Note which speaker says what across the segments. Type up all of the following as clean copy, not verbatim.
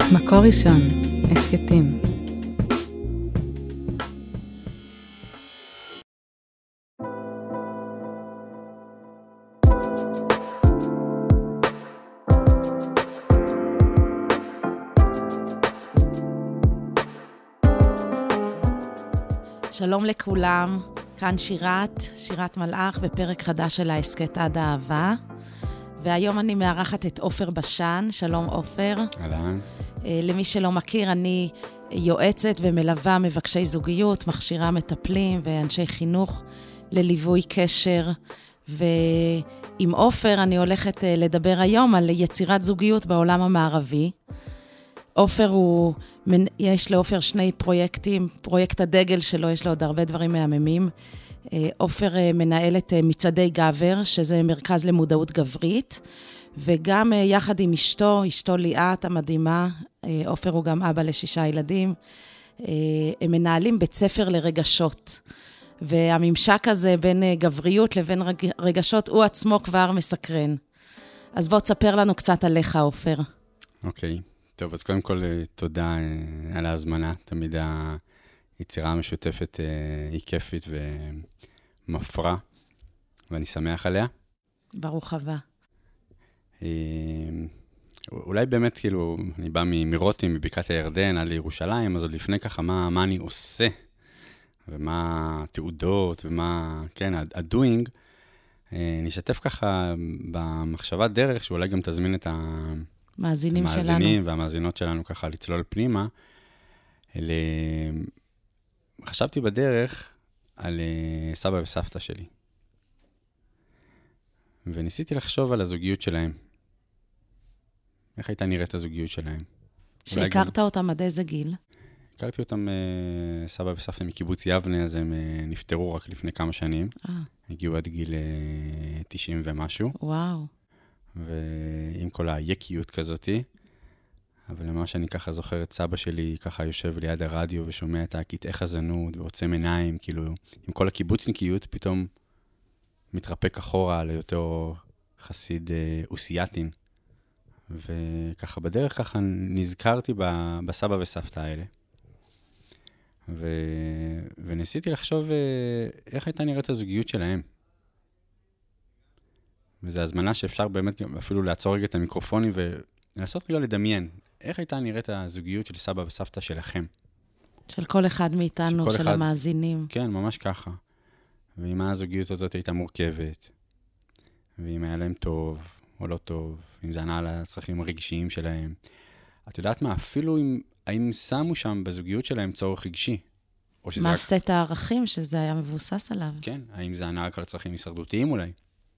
Speaker 1: מקור ראשון, הסקטים. שלום לכולם, כאן שירת מלאך בפרק חדש של ההסקט עד האהבה. והיום אני מארחת את עופר בשן. שלום עופר.
Speaker 2: אהלן.
Speaker 1: למי שלא מכיר, אני יועצת ומלווה מבקשי זוגיות, מכשירה מטפלים ואנשי חינוך לליווי קשר. ועם עופר אני הולכת לדבר היום על יצירת זוגיות בעולם המערבי. עופר יש לעופר שני פרויקטים, פרויקט הדגל שלו, יש לו עוד הרבה דברים מהממים. עופר מנהל את מצעדי גבר, שזה מרכז למודעות גברית, וגם יחד עם אשתו ליאת המדהימה, עופר הוא גם אבא ל6 ילדים, הם מנהלים בית ספר לרגשות. והממשק הזה בין גבריות לבין רגשות הוא עצמו כבר מסקרן. אז בוא תספר לנו קצת עליך, עופר.
Speaker 2: אוקיי. טוב, אז קודם כל תודה על ההזמנה. תמיד היצירה המשותפת היא כיפית ומפרה, ואני שמח עליה.
Speaker 1: ברוך הבא.
Speaker 2: אולי באמת, כאילו, אני בא מרוטים, מבקעת הירדן, עד לירושלים, אז עוד לפני ככה, מה אני עושה, ומה התעודות, ומה, כן, הדוינג, נשתף ככה במחשבת דרך, שאולי גם תזמין את
Speaker 1: המאזינים
Speaker 2: והמאזינות שלנו ככה לצלול פנימה. חשבתי בדרך על סבא וסבתא שלי. וניסיתי לחשוב על הזוגיות שלהם. איך הייתה נראית הזוגיות שלהם?
Speaker 1: שהכרת אותם עד איזה גיל?
Speaker 2: הכרתי אותם, סבא וסבתא מקיבוץ יבנה, אז הם נפטרו רק לפני כמה שנים. הגיעו עד גיל 90 ומשהו.
Speaker 1: וואו.
Speaker 2: ועם כל היקיות כזאתי. אבל למה שאני ככה זוכר את סבא שלי, ככה יושב ליד הרדיו ושומע את הקטעי חזנות ועוצם עיניים, כאילו עם כל הקיבוצניקיות פתאום מתרפק אחורה ליותר חסיד אוסייתין. וככה בדרך ככה נזכרתי בסבא וסבתא האלה. וניסיתי לחשוב איך הייתה נראית הזוגיות שלהם. וזו הזמנה שאפשר באמת אפילו לעצור רגע את המיקרופונים ולנסות רגע לדמיין. איך הייתה נראית הזוגיות של סבא וסבתא שלכם?
Speaker 1: של כל אחד מאיתנו, של המאזינים.
Speaker 2: כן, ממש ככה. ואם הזוגיות הזאת הייתה מורכבת, ואם היה להם טוב או לא טוב, אם זה ענה על הצרכים הרגשיים שלהם. את יודעת מה? אפילו האם שמו שם בזוגיות שלהם צורך רגשי.
Speaker 1: מה סט הערכים שזה היה מבוסס עליו?
Speaker 2: כן, האם זה ענה רק על צרכים הישרדותיים אולי?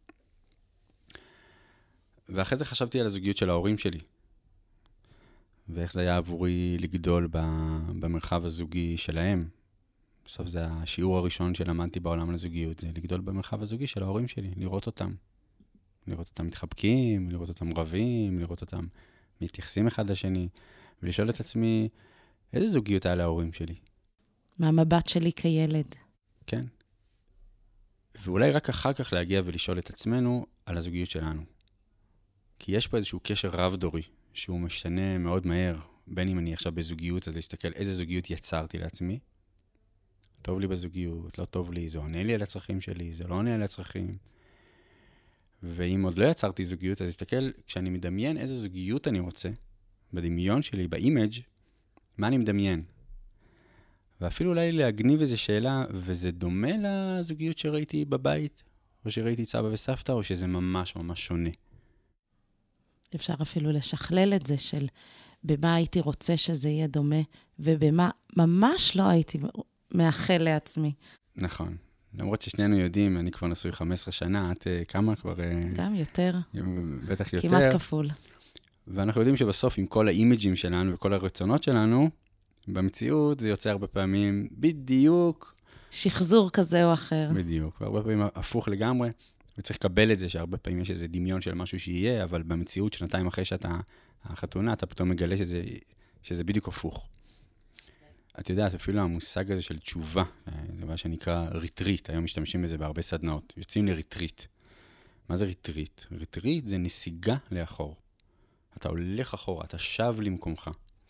Speaker 2: ואחרי זה חשבתי על הזוגיות של ההורים שלי. ואיך זה היה עבורי לגדול במרחב הזוגי שלהם. בסוף זה השיעור הראשון שלמדתי בעולם הזוגיות, זה לגדול במרחב הזוגי של ההורים שלי, לראות אותם. לראות אותם מתחבקים, לראות אותם רבים, לראות אותם מתייחסים אחד לשני, ולשאול את עצמי, איזה זוגיות היה להורים שלי?
Speaker 1: מהמבט שלי כילד.
Speaker 2: כן. ואולי רק אחר כך להגיע ולשאול את עצמנו על הזוגיות שלנו. כי יש פה איזשהו קשר רב-דורי, שהוא משתנה מאוד מהר, בין אם אני עכשיו בזוגיות, אז להסתכל איזה זוגיות יצרתי לעצמי. טוב לי בזוגיות, לא טוב לי, זה עונה לי על הצרכים שלי, זה לא עונה על הצרכים. ואם עוד לא יצרתי זוגיות, אז להסתכל, כשאני מדמיין איזה זוגיות אני רוצה, בדמיון שלי, באימג', מה אני מדמיין? ואפילו אולי להגניב איזו שאלה, וזה דומה לזוגיות שראיתי בבית, או שראיתי את סבא וסבתא, או שזה ממש ממש שונה.
Speaker 1: אפשר אפילו לשכלל את זה של במה הייתי רוצה שזה יהיה דומה, ובמה ממש לא הייתי מאחל לעצמי.
Speaker 2: נכון. למרות ששנינו יודעים, אני כבר נשוי 15 שנה, את כמה כבר?
Speaker 1: גם יותר.
Speaker 2: בטח יותר.
Speaker 1: כמעט כפול.
Speaker 2: ואנחנו יודעים שבסוף עם כל האימג'ים שלנו וכל הרצונות שלנו, במציאות זה יוצא הרבה פעמים בדיוק.
Speaker 1: שחזור כזה או אחר.
Speaker 2: בדיוק, והרבה פעמים הפוך לגמרי. וצריך לקבל את זה שהרבה פעמים יש איזה דמיון של משהו שיהיה, אבל במציאות שנתיים אחרי שאתה החתונה, אתה פתאום מגלה שזה בדיוק הפוך. את יודעת, אפילו המושג הזה של תשובה, זה מה שנקרא ריטריט, היום משתמשים בזה בהרבה סדנאות, יוצאים לריטריט. מה זה ריטריט? ריטריט זה נסיגה לאחור. אתה הולך אחורה, אתה שב למקומך.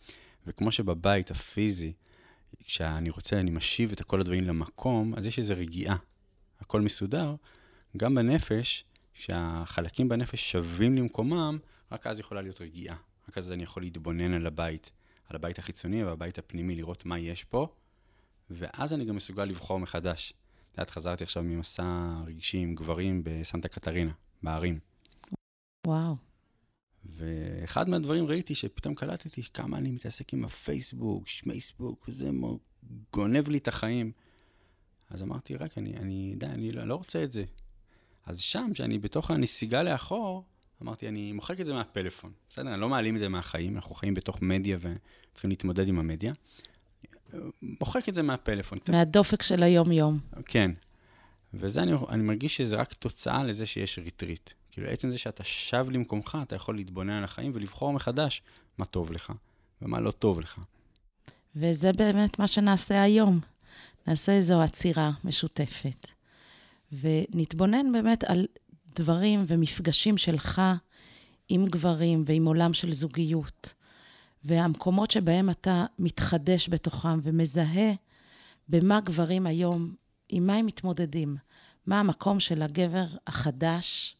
Speaker 2: וכמו שבבית הפיזי, כשאני רוצה, אני משיב את כל הדברים למקום, אז יש איזו רגיעה. הכל מסודר. גם בנפש, כשהחלקים בנפש שווים למקומם, רק אז יכולה להיות רגיעה. רק אז אני יכול להתבונן על הבית החיצוני והבית הפנימי, לראות מה יש פה, ואז אני גם מסוגל לבחור מחדש. חזרתי עכשיו ממסע רגשי עם גברים בסנטה קטרינה, בערים.
Speaker 1: וואו.
Speaker 2: ואחד מהדברים ראיתי שפתאום קלטתי כמה אני מתעסק עם הפייסבוק, שמייסבוק, וזה גונב לי את החיים. אז אמרתי, רק אני לא רוצה את זה. אז שם, שאני בתוך הנסיגה לאחור, אמרתי, אני מוחק את זה מהפלאפון. בסדר, אני לא מעלים את זה מהחיים, אנחנו חיים בתוך מדיה וצריכים להתמודד עם המדיה. מוחק את זה מהפלאפון.
Speaker 1: מהדופק של היום-יום.
Speaker 2: כן. וזה אני מרגיש שזה רק תוצאה לזה שיש ריטריט. כאילו, עצם זה שאתה שב למקומך, אתה יכול להתבונן על החיים ולבחור מחדש מה טוב לך ומה לא טוב לך.
Speaker 1: וזה באמת מה שנעשה היום. נעשה איזו עצירה משותפת. ונתבונן באמת על דברים ומפגשים שלך עם גברים ועם עולם של זוגיות. והמקומות שבהם אתה מתחדש בתוכם ומזהה במה גברים היום, עם מה הם מתמודדים. מה המקום של הגבר החדש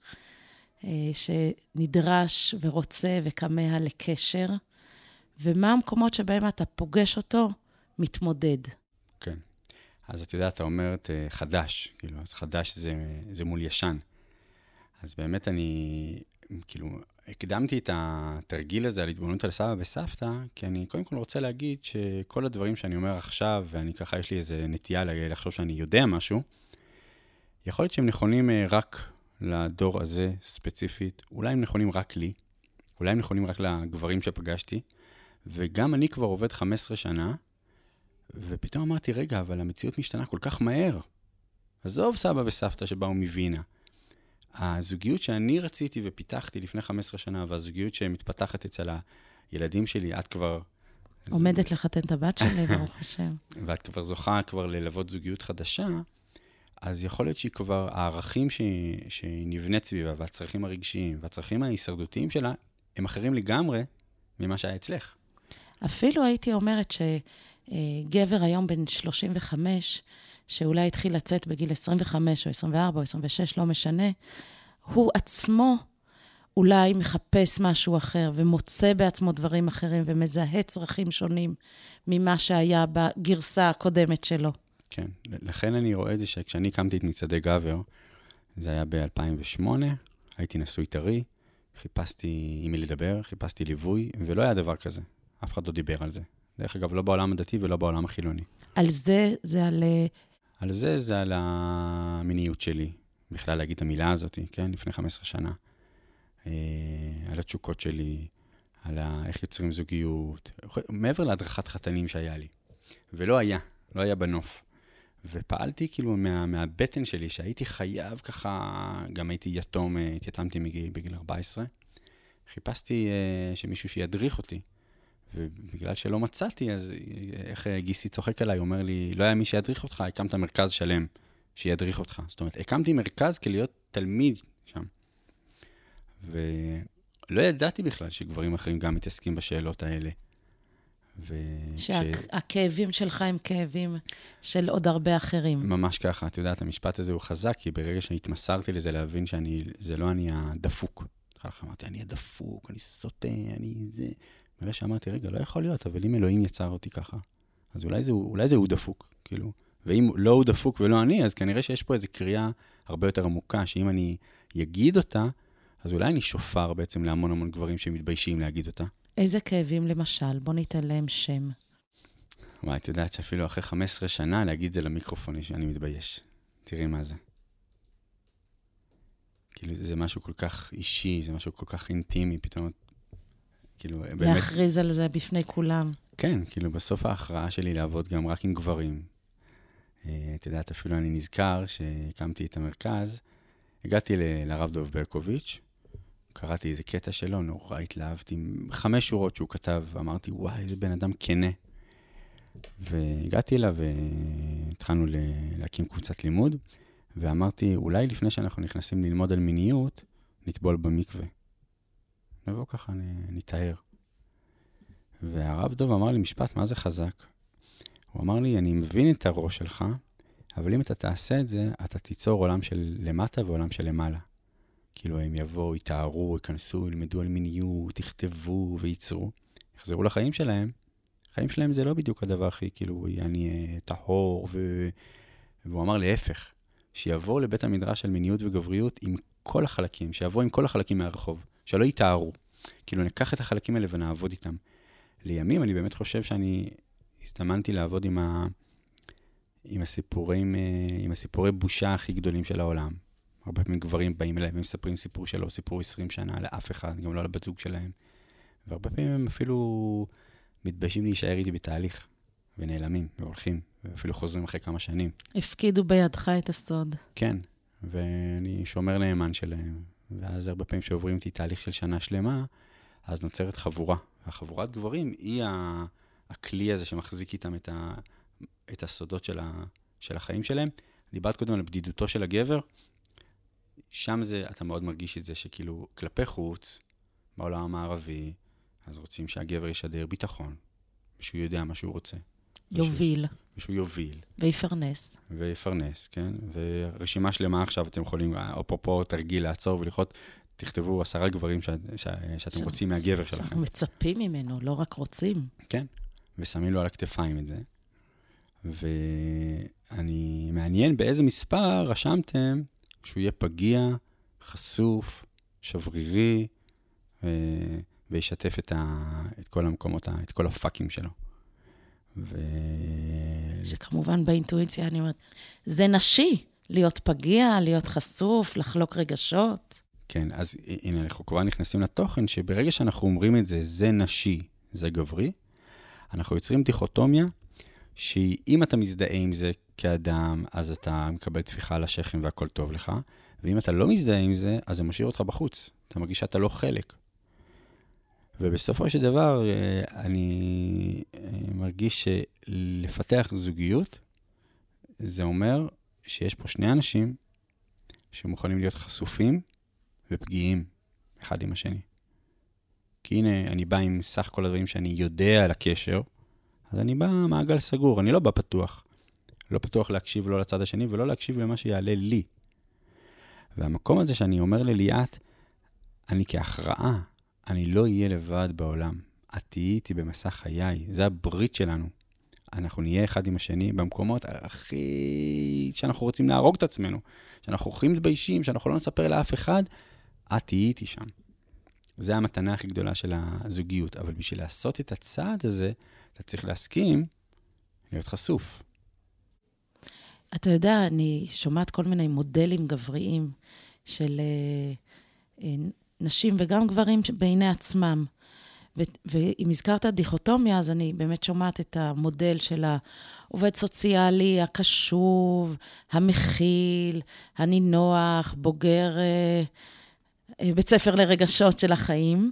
Speaker 1: שנדרש ורוצה וכמה לקשר, ומה המקומות שבהם אתה פוגש אותו, מתמודד.
Speaker 2: כן. אז את יודעת, אתה אומרת חדש, כאילו, אז חדש זה מול ישן. אז באמת אני, כאילו, הקדמתי את התרגיל הזה על התבוננות על סבא וסבתא, כי אני קודם כל רוצה להגיד שכל הדברים שאני אומר עכשיו, ואני ככה, יש לי איזו נטייה לחשוב שאני יודע משהו, יכול להיות שהם נכונים רק לדור הזה ספציפית, אולי הם נכונים רק לי, אולי הם נכונים רק לגברים שפגשתי, וגם אני כבר עובד 15 שנה, ופתאום אמרתי, רגע, אבל המציאות משתנה כל כך מהר. עזוב סבא וסבתא שבאו מווינה. הזוגיות שאני רציתי ופיתחתי לפני 15 שנה, והזוגיות שמתפתחת אצל הילדים שלי, את כבר...
Speaker 1: עומדת לחתן את הבת שלי, ברוך השם.
Speaker 2: ואת כבר זוכה כבר ללוות זוגיות חדשה, אז יכול להיות שהיא כבר, הערכים שהיא נבנית סביבה, והצרכים הרגשיים, והצרכים ההישרדותיים שלה, הם אחרים לגמרי ממה שהיה אצלך.
Speaker 1: אפילו הייתי אומרת שגבר היום בן 35, שאולי התחיל לצאת בגיל 25 או 24 או 26, לא משנה, הוא עצמו אולי מחפש משהו אחר, ומוצא בעצמו דברים אחרים, ומזהה צרכים שונים ממה שהיה בגרסה הקודמת שלו.
Speaker 2: כן, לכן אני רואה את זה שכשאני הקמתי את מצעדי גבר, זה היה ב-2008, הייתי נשוי טרי, חיפשתי עם מי לדבר, חיפשתי ליווי, ולא היה דבר כזה. אף אחד לא דיבר על זה. דרך אגב, לא בעולם הדתי ולא בעולם החילוני.
Speaker 1: על זה, זה על...
Speaker 2: על זה, זה על המיניות שלי. בכלל להגיד את המילה הזאת, כן? לפני 15 שנה. על התשוקות שלי, על איך יוצרים זוגיות, מעבר להדרכת חתנים שהיה לי. ולא היה, לא היה בנוף. ופעלתי כאילו מהבטן שלי, שהייתי חייב ככה, גם הייתי יתום, התייתמתי בגיל 14. חיפשתי שמישהו שידריך אותי. ובגלל שלא מצאתי, אז איך גיסי צוחק עליי, אומר לי, לא היה מי שידריך אותך, הקמת מרכז שלם שידריך אותך. זאת אומרת, הקמתי מרכז כלהיות תלמיד שם. ולא ידעתי בכלל שגברים אחרים גם מתעסקים בשאלות האלה.
Speaker 1: שהכאבים שלך הם כאבים של עוד הרבה אחרים.
Speaker 2: ממש ככה, את יודעת, המשפט הזה הוא חזק, כי ברגע שהתמסרתי לזה להבין שזה לא אני הדפוק. אמרתי, אני הדפוק, אני סוטה, אני זה... מראה שאמרתי, רגע, לא יכול להיות, אבל אם אלוהים יצר אותי ככה, אז אולי זה הוא דפוק, כאילו. ואם לא הוא דפוק ולא אני, אז כנראה שיש פה איזו קריאה הרבה יותר עמוקה, שאם אני אגיד אותה, אז אולי אני שופר בעצם להמון המון גברים שמתביישים להגיד אותה.
Speaker 1: איזה כאבים למשל? בוא ניתן להם שם.
Speaker 2: וואי, את יודעת שאפילו אחרי 15 שנה להגיד זה למיקרופון, אני מתבייש. תראי מה זה. כאילו, זה משהו כל כך אישי, זה משהו כל כך אינטימי, פתאום... כאילו, באמת...
Speaker 1: להכריז על זה בפני כולם.
Speaker 2: כן, כאילו, בסוף ההכרעה שלי לעבוד גם רק עם גברים. את יודעת, אפילו אני נזכר שהקמתי את המרכז, הגעתי לרב דוב ברקוביץ', קראתי איזה קטע שלו, נורא התלהבתי, 5 שורות שהוא כתב, אמרתי, וואי, איזה בן אדם כנה. והגעתי אליו והתחלנו להקים קבוצת לימוד, ואמרתי, אולי לפני שאנחנו נכנסים ללמוד על מיניות, נטבול במקווה. נבוא ככה, נתאר. והרב דוב אמר לי משפט, מה זה חזק? הוא אמר לי, אני מבין את הראש שלך, אבל אם אתה תעשה את זה, אתה תיצור עולם של למטה ועולם של למעלה. כאילו הם יבואו, יתארו, ייכנסו, ילמדו על מיניות, יכתבו וייצרו, יחזרו לחיים שלהם. החיים שלהם זה לא בדיוק הדבר הכי, כאילו, אני טהור, והוא אמר להפך, שיבואו לבית המדרש של מיניות וגבריות עם כל החלקים, שיבואו עם כל החלקים מהרחוב, שלא יתארו. כאילו ניקח את החלקים האלה ונעבוד איתם. לימים אני באמת חושב שאני הזדמנתי לעבוד עם הסיפורי בושה הכי גדולים של העולם. הרבה פעמים גברים באים אליהם, הם מספרים סיפור שלו, סיפור 20 שנה לאף אחד, גם לא לבת זוג שלהם. והרבה פעמים הם אפילו מתביישים להישאר איתי בתהליך, ונעלמים, והולכים, ואפילו חוזרים אחרי כמה שנים.
Speaker 1: הפקידו בידך את הסוד.
Speaker 2: כן, ואני שומר נאמן שלהם, ואז הרבה פעמים שעוברים איתי תהליך של שנה שלמה, אז נוצרת חבורה. והחבורת גברים היא הכלי הזה שמחזיק איתם את הסודות של החיים שלהם. דיברת קודם על בדידותו של הגבר, שם אתה מאוד מרגיש את זה שכאילו כלפי חוץ, בעולם המערבי, אז רוצים שהגבר ישדר ביטחון, ושהוא יודע מה שהוא רוצה.
Speaker 1: יוביל.
Speaker 2: ושהוא יוביל.
Speaker 1: ויפרנס,
Speaker 2: כן. ורשימה שלמה עכשיו אתם יכולים, אפרופו תרגיל לעצור וללחוץ, תכתבו 10 גברים שאתם רוצים מהגבר שלכם.
Speaker 1: אנחנו מצפים ממנו, לא רק רוצים.
Speaker 2: כן, ושמים לו על הכתפיים את זה. ואני מעניין באיזה מספר רשמתם שהוא יהיה פגיע, חשוף, שברירי, וישתף את כל המקומות, את כל הפאקים שלו.
Speaker 1: שכמובן באינטואיציה אני אומרת, זה נשי, להיות פגיע, להיות חשוף, לחלוק רגשות.
Speaker 2: כן, אז הנה, אנחנו כבר נכנסים לתוכן, שברגע שאנחנו אומרים את זה, זה נשי, זה גברי, אנחנו יוצרים דיכוטומיה, שאם אתה מזדהה עם זה כאדם, אז אתה מקבל תפיחה על השכם והכל טוב לך, ואם אתה לא מזדהה עם זה, אז זה משאיר אותך בחוץ. אתה מרגיש שאתה לא חלק. ובסופו של דבר, אני מרגיש שלפתח זוגיות, זה אומר שיש פה 2 אנשים שמוכנים להיות חשופים ופגיעים אחד עם השני. כי הנה, אני בא עם סך כל הדברים שאני יודע על הקשר, אז אני בא מעגל סגור, אני לא בא פתוח. לא פתוח להקשיב לא לצד השני, ולא להקשיב למה שיעלה לי. והמקום הזה שאני אומר לליאת, אני כהכרעה, אני לא אהיה לבד בעולם. את תהיי איתי במסע חיי, זה הברית שלנו. אנחנו נהיה אחד עם השני במקומות הכי שאנחנו רוצים להרוג את עצמנו, שאנחנו הכי מתביישים, שאנחנו לא נספר לאף אחד, את תהיי איתי שם. זה המתנה הכי גדולה של הזוגיות, אבל בשביל לעשות את הצעד הזה, אתה צריך להסכים להיות חשוף.
Speaker 1: אתה יודע, אני שומעת כל מיני מודלים גבריים של נשים וגם גברים בעיני עצמם. ואם הזכרת דיכוטומיה, אז אני באמת שומעת את המודל של העובד סוציאלי, הקשוב, המכיל, הנינוח, בוגר בית ספר לרגשות של החיים.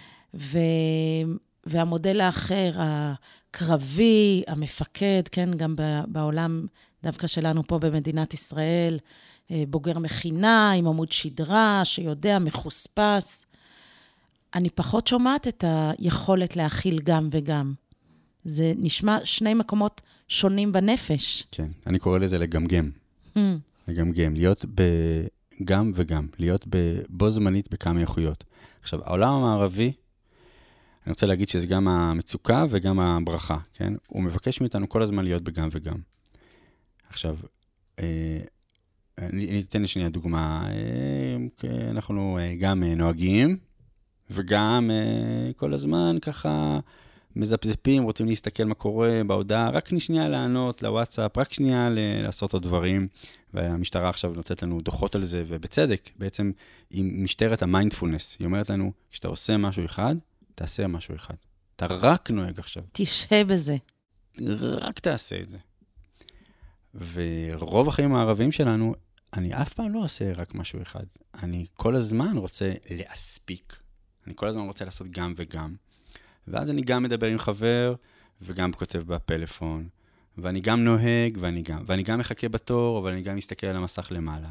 Speaker 1: והמודל האחר, הקרבי, המפקד, כן, גם בעולם דווקא שלנו פה במדינת ישראל, בוגר מכינה, עם עמוד שדרה, שיודע, מחוספס. אני פחות שומעת את היכולת להכיל גם וגם. זה נשמע 2 מקומות שונים בנפש.
Speaker 2: כן, אני קורא לזה לגמגם. לגמגם, להיות גם וגם, להיות בו זמנית בכמה איכויות. עכשיו, העולם המערבי, אני רוצה להגיד שזה גם המצוקה וגם הברכה, כן? הוא מבקש מאיתנו כל הזמן להיות בגם וגם. עכשיו, אני אתן לי שנייה דוגמה. אנחנו גם נוהגים, וגם כל הזמן ככה מזפזפים, רוצים להסתכל מה קורה בהודעה, רק שנייה לענות לוואטסאפ, רק שנייה לעשות עוד דברים, והמשטרה עכשיו נותנת לנו דוחות על זה, ובצדק, בעצם היא משטרת המיינדפולנס, היא אומרת לנו, כשאתה עושה משהו אחד, תעשה משהו אחד. אתה רק נוהג עכשיו.
Speaker 1: תשהה בזה.
Speaker 2: רק תעשה את זה. ורוב החיים הערבים שלנו, אני אף פעם לא עושה רק משהו אחד. אני כל הזמן רוצה להספיק. אני כל הזמן רוצה לעשות גם וגם. ואז אני גם מדבר עם חבר, וגם כותב בפלאפון, ואני גם נוהג, ואני גם מחכה בתור, אבל אני גם מסתכל על המסך למעלה.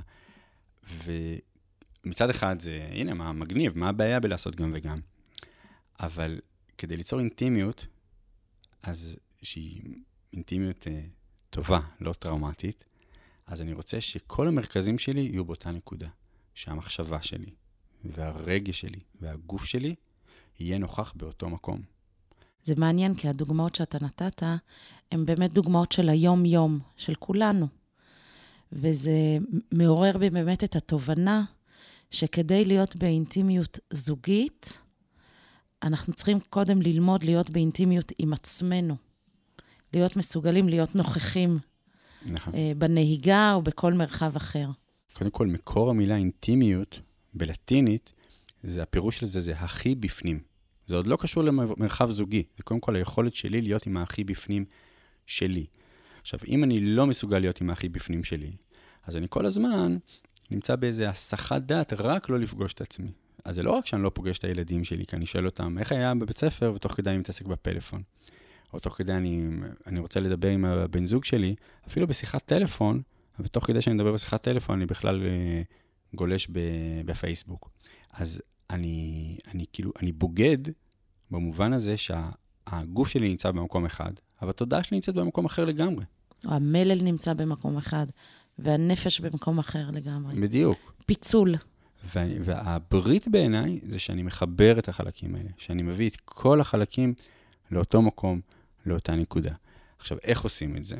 Speaker 2: ומצד אחד זה, הנה, מה מגניב, מה הבעיה בלעשות גם וגם? אבל כדי ליצור אינטימיות, אז שהיא אינטימיות טובה, לא טראומטית, אז אני רוצה שכל המרכזים שלי יהיו באותה נקודה. שהמחשבה שלי, והרגש שלי, והגוף שלי, יהיה נוכח באותו מקום.
Speaker 1: זה מעניין, כי הדוגמאות שאתה נתת, הן באמת דוגמאות של היום-יום, של כולנו. וזה מעורר בי באמת את התובנה, שכדי להיות באינטימיות זוגית, אנחנו צריכים קודם ללמוד להיות באינטימיות עם עצמנו. להיות מסוגלים, להיות נוכחים
Speaker 2: נכון.
Speaker 1: בנהיגה או בכל מרחב אחר.
Speaker 2: קודם כל, מקור המילה אינטימיות בלטינית, הפירוש של זה הכי בפנים. זה עוד לא קשור למרחב זוגי. זה קודם כל היכולת שלי להיות עם הכי בפנים שלי. עכשיו, אם אני לא מסוגל להיות עם הכי בפנים שלי, אז אני כל הזמן נמצא באיזה הסחת דעת, רק לא לפגוש את עצמי. אז זה לא רק שאני לא פוגש את הילדים שלי, כי אני שואל אותם, איך היה בבית ספר, ותוך כדי אני מתעסק בפלאפון. או תוך כדי אני רוצה לדבר עם הבן זוג שלי, אפילו בשיחת טלפון, ותוך כדי שאני מדבר בשיחת טלפון, אני בכלל גולש בפייסבוק. אז אני בוגד במובן הזה שהגוף שלי נמצא במקום אחד, אבל התודעה שלי נמצאת במקום אחר לגמרי.
Speaker 1: המלל נמצא במקום אחד, והנפש במקום אחר לגמרי.
Speaker 2: בדיוק.
Speaker 1: פיצול.
Speaker 2: והברית בעיניי זה שאני מחבר את החלקים האלה, שאני מביא את כל החלקים לאותו מקום, לאותה נקודה. עכשיו, איך עושים את זה?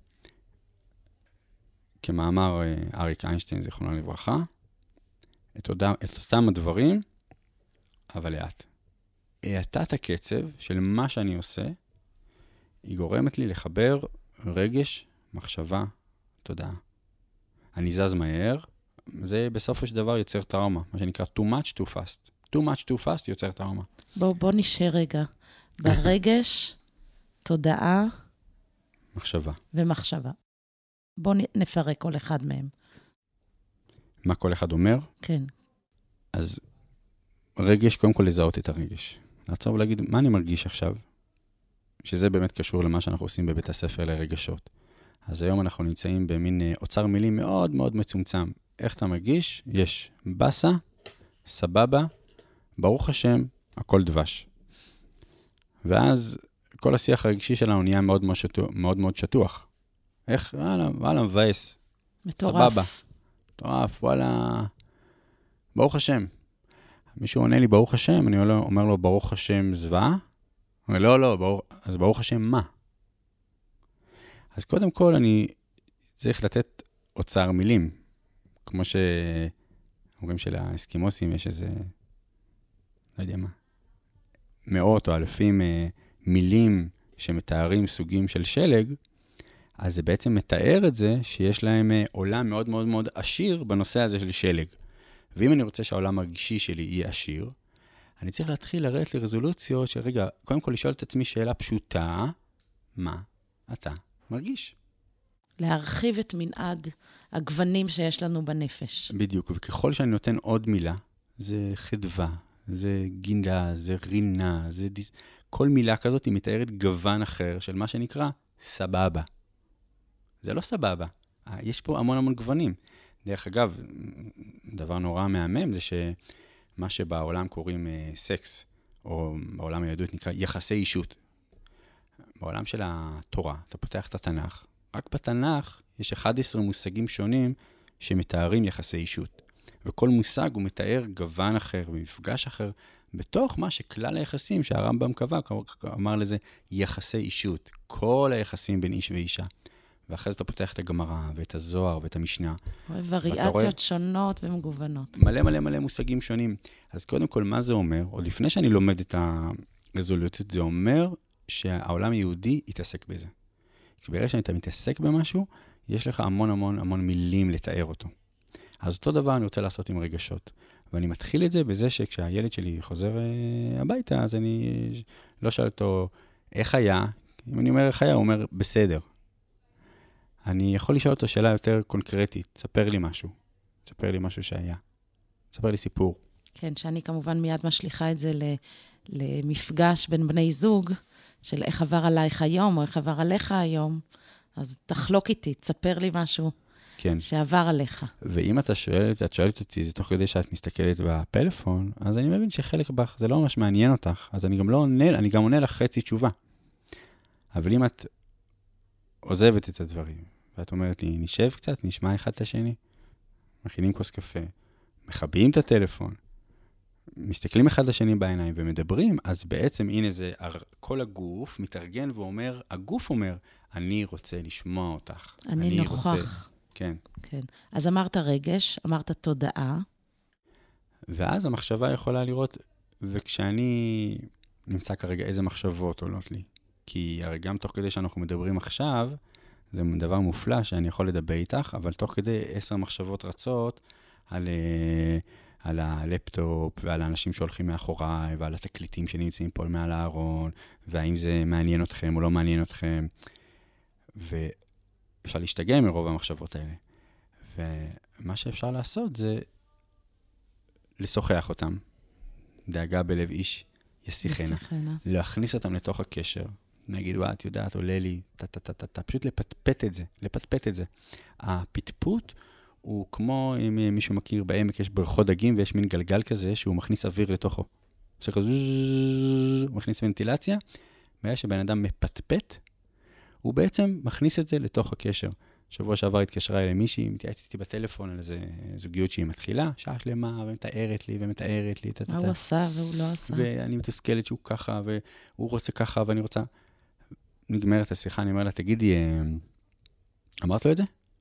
Speaker 2: כמאמר אריק איינשטיין, זיכרונו לברכה, את אותם הדברים, אבל לאט. האטת הקצב של מה שאני עושה, היא גורמת לי לחבר רגש, מחשבה, תודעה. אני זז מהר, זה בסופו של דבר יוצר טראומה, מה שנקרא too much too fast. too much too fast יוצר טראומה.
Speaker 1: בוא נשאר רגע. ברגש, תודעה,
Speaker 2: מחשבה.
Speaker 1: ומחשבה. בוא נפרק כל אחד מהם.
Speaker 2: מה כל אחד אומר?
Speaker 1: כן.
Speaker 2: אז רגש, קודם כל לזהות את הרגש. לעצור ולהגיד, מה אני מרגיש עכשיו? שזה באמת קשור למה שאנחנו עושים בבית הספר לרגשות. אז היום אנחנו נמצאים במין אוצר מילים מאוד מאוד מצומצם. איך אתה מרגיש? יש בסה, סבבה, ברוך השם, הכל דבש. ואז כל השיח הרגשי שלנו נהיה מאוד מאוד שטוח. איך? וואלה, מבאס.
Speaker 1: מטורף.
Speaker 2: סבבה. מטורף, וואלה. ברוך השם. מישהו עונה לי, ברוך השם, אני אומר לו, ברוך השם זוועה? הוא אומר, לא, אז ברוך השם מה? אז קודם כל אני צריך לתת אוצר מילים. כמו שאומרים של האסקימוסים, יש איזה, לא יודע מה, מאות או אלפים מילים שמתארים סוגים של שלג, אז זה בעצם מתאר את זה שיש להם עולם מאוד מאוד מאוד עשיר בנושא הזה של שלג. ואם אני רוצה שהעולם הרגשי שלי יהיה עשיר, אני צריך להתחיל לרדת לרזולוציות של רגע, קודם כל לשאול את עצמי שאלה פשוטה, מה אתה מרגיש?
Speaker 1: להרחיב את מנעד הגוונים שיש לנו בנפש.
Speaker 2: בדיוק, וככל שאני נותן עוד מילה, זה חדווה, זה גילה, זה רינה, כל מילה כזאת היא מתארת גוון אחר של מה שנקרא סבבה. זה לא סבבה, יש פה המון המון גוונים. דרך אגב, דבר נורא מהמם זה שמה שבעולם קוראים סקס, או בעולם היהדות נקרא יחסי אישות. בעולם של התורה, אתה פותח את התנ"ך, רק בתנ"ך יש 11 מושגים שונים שמתארים יחסי אישות. וכל מושג הוא מתאר גוון אחר ומפגש אחר, בתוך מה שכלל היחסים שהרמב"ם קבע, אמר לזה יחסי אישות, כל היחסים בין איש ואישה. ואחרי זה אתה פותח את הגמרא ואת הזוהר ואת המשנה.
Speaker 1: וריאציות שונות ומגוונות.
Speaker 2: מלא מלא מלא מושגים שונים. אז קודם כל, מה זה אומר? עוד לפני שאני לומד את הרזולוציות, זה אומר שהעולם היהודי יתעסק בזה. כי ברגע שאתה מתעסק במשהו, יש לך המון המון המון מילים לתאר אותו. אז אותו דבר אני רוצה לעשות עם רגשות. ואני מתחיל את זה בזה שכשהילד שלי חוזר הביתה, אז אני לא שואל אותו, איך היה? אם אני אומר איך היה, הוא אומר, בסדר. אני יכול לשאול אותו שאלה יותר קונקרטית, תספר לי משהו. תספר לי משהו שהיה. תספר לי סיפור.
Speaker 1: כן, שאני כמובן מיד משליחה את זה למפגש בין בני זוג, של איך עבר עלייך היום, או איך עבר עליך היום. אז תחלוק איתי, תספר לי משהו
Speaker 2: כן.
Speaker 1: שעבר עליך.
Speaker 2: ואם את שואלת אותי, זה תוך כדי שאת מסתכלת בפלאפון, אז אני מבין שחלק בך, זה לא ממש מעניין אותך, אז אני גם לא עונה, אני גם עונה לך חצי תשובה. אבל אם את עוזבת את הדברים, ואת אומרת לי, נשב קצת, נשמע אחד את השני, מכינים כוס קפה, מחביאים את הטלפון, מסתכלים אחד לשני בעיניים ומדברים, אז בעצם הנה זה, כל הגוף מתארגן ואומר, הגוף אומר, אני רוצה לשמוע אותך.
Speaker 1: אני נוכח.
Speaker 2: רוצה... כן.
Speaker 1: כן. אז אמרת רגש, אמרת תודעה.
Speaker 2: ואז המחשבה יכולה לראות, וכשאני נמצא כרגע איזה מחשבות עולות לי, כי הרי גם תוך כדי שאנחנו מדברים עכשיו, זה דבר מופלא שאני יכול לדבר איתך, אבל תוך כדי 10 מחשבות רצות על הלפטופ, ועל האנשים שהולכים מאחוריי, ועל התקליטים שנמצאים פה מעל הארון, והאם זה מעניין אתכם או לא מעניין אתכם. ואפשר להשתגע מרוב המחשבות האלה. ומה שאפשר לעשות זה לשוחח אותם. דאגה בלב איש ישיחנה. להכניס אותם לתוך הקשר. נגיד, את יודעת, עולה לי, פשוט לפטפט את זה. הפטפוט הוא כמו, אם מישהו מכיר בעמק, יש בריכות דגים, ויש מין גלגל כזה, שהוא מכניס אוויר לתוכו. הוא מכניס ונטילציה, והיה שבן אדם מפטפט, הוא בעצם מכניס את זה לתוך הקשר. שבוע שעבר התקשרה אליי מישהי, מתייעצת איתי בטלפון על איזה זוגיות שהיא מתחילה, שעה שלמה, ומתארת לי.
Speaker 1: מה הוא עשה והוא לא עשה.
Speaker 2: ואני מתוסכלת שהוא ככה, והוא רוצה ככה, ואני רוצה... נגמרת השיחה, אני אומר לה, תגידי, אמרת לו את זה?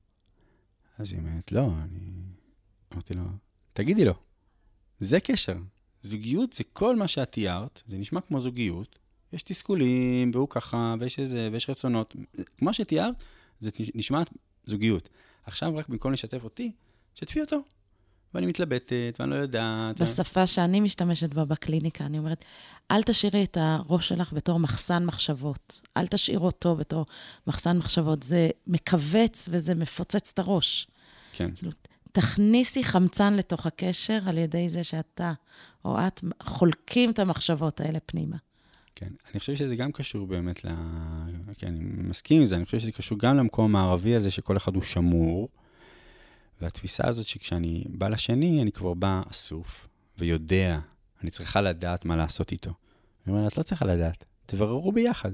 Speaker 2: אז היא אומרת, לא, אמרתי לו, תגידי לו, זה קשר. זוגיות זה כל מה שאת תיארת, זה נשמע כמו זוגיות, יש תסכולים, והוא ככה, ויש רצונות. כמו שתיארת, זה נשמע זוגיות. עכשיו רק במקום לשתף אותי, שתפי אותו. ואני מתלבטת, ואני לא יודעת.
Speaker 1: בשפה שאני משתמשת בה בקליניקה, אני אומרת, אל תשאירי את הראש שלך בתור מחסן מחשבות. אל תשאיר אותו בתור מחסן מחשבות. זה מקווץ וזה מפוצץ את הראש.
Speaker 2: כן.
Speaker 1: תכניסי חמצן לתוך הקשר על ידי זה שאתה או את חולקים את המחשבות האלה פנימה.
Speaker 2: כן, אני חושב שזה גם קשור באמת כן, אני מסכים עם זה, אני חושב שזה קשור גם למקום הערבי הזה שכל אחד הוא שמור, והתפיסה הזאת שכשאני בא לשני, אני כבר בא אסוף, ויודע, אני צריכה לדעת מה לעשות איתו. אני אומר, את לא צריכה לדעת, תבררו ביחד.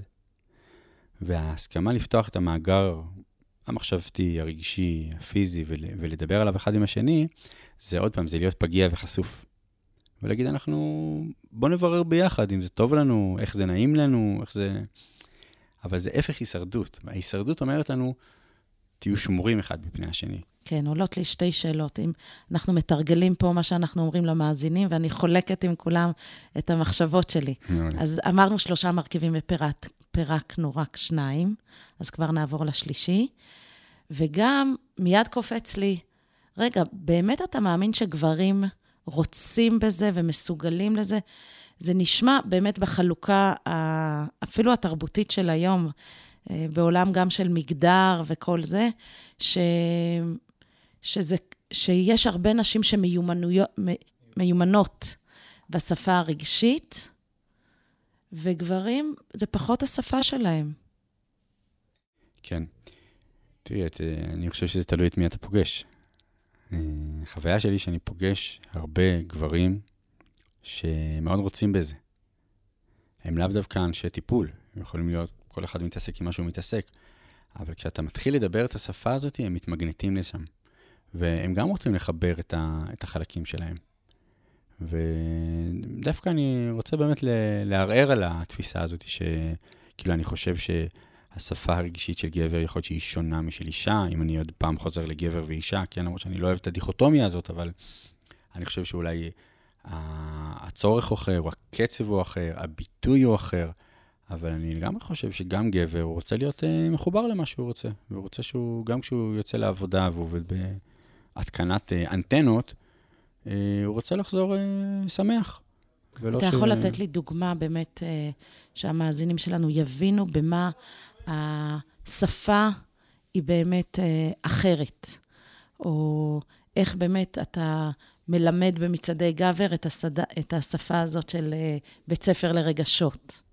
Speaker 2: וההסכמה לפתוח את המאגר המחשבתי, הרגשי, הפיזי, ולדבר עליו אחד עם השני, זה עוד פעם, זה להיות פגיע וחשוף. ולהגיד, בוא נברר ביחד, אם זה טוב לנו, איך זה נעים לנו, איך זה... אבל זה הפך הישרדות. ההישרדות אומרת לנו, תהיו שמורים אחד בפני השני.
Speaker 1: כן, עולות לי 2 שאלות. אם אנחנו מתרגלים פה מה שאנחנו אומרים למאזינים, ואני חולקת עם כולם את המחשבות שלי. אז אמרנו 3 מרכיבים ופרקנו רק 2, אז כבר נעבור לשלישי. וגם מיד קופץ לי, רגע, באמת אתה מאמין שגברים רוצים בזה ומסוגלים לזה? זה נשמע באמת בחלוקה, אפילו התרבותית של היום, בעולם גם של מגדר וכל זה, שיש הרבה נשים שמיומנות בשפה הרגשית, וגברים, זה פחות השפה שלהם.
Speaker 2: כן. תראי, אני חושב שזה תלוי את מי אתה פוגש. החוויה שלי שאני פוגש הרבה גברים שמאוד רוצים בזה. הם לאו דווקא אנשי טיפול, הם יכולים להיות, כל אחד מתעסק עם מה שהוא מתעסק, אבל כשאתה מתחיל לדבר את השפה הזאת, הם מתמגנטים לשם. והם גם רוצים לחבר את החלקים שלהם. ודווקא אני רוצה באמת לערער על התפיסה הזאת, שכאילו אני חושב שהשפה הרגשית של גבר יכול להיות שהיא שונה משל אישה, אם אני עוד פעם חוזר לגבר ואישה, כן, למרות שאני לא אוהב את הדיכוטומיה הזאת, אבל אני חושב שאולי הצורך הוא אחר, או הקצב הוא אחר, הביטוי הוא אחר, אבל אני גם חושב שגם גבר הוא רוצה להיות מחובר למה שהוא רוצה, והוא רוצה שהוא, גם כשהוא יוצא לעבודה ועובד בהתקנת אנטנות, הוא רוצה לחזור שמח.
Speaker 1: אתה יכול לתת לי דוגמה באמת שהמאזינים שלנו יבינו במה השפה היא באמת אחרת, או איך באמת אתה מלמד במצעדי גבר את השפה הזאת של בית ספר לרגשות.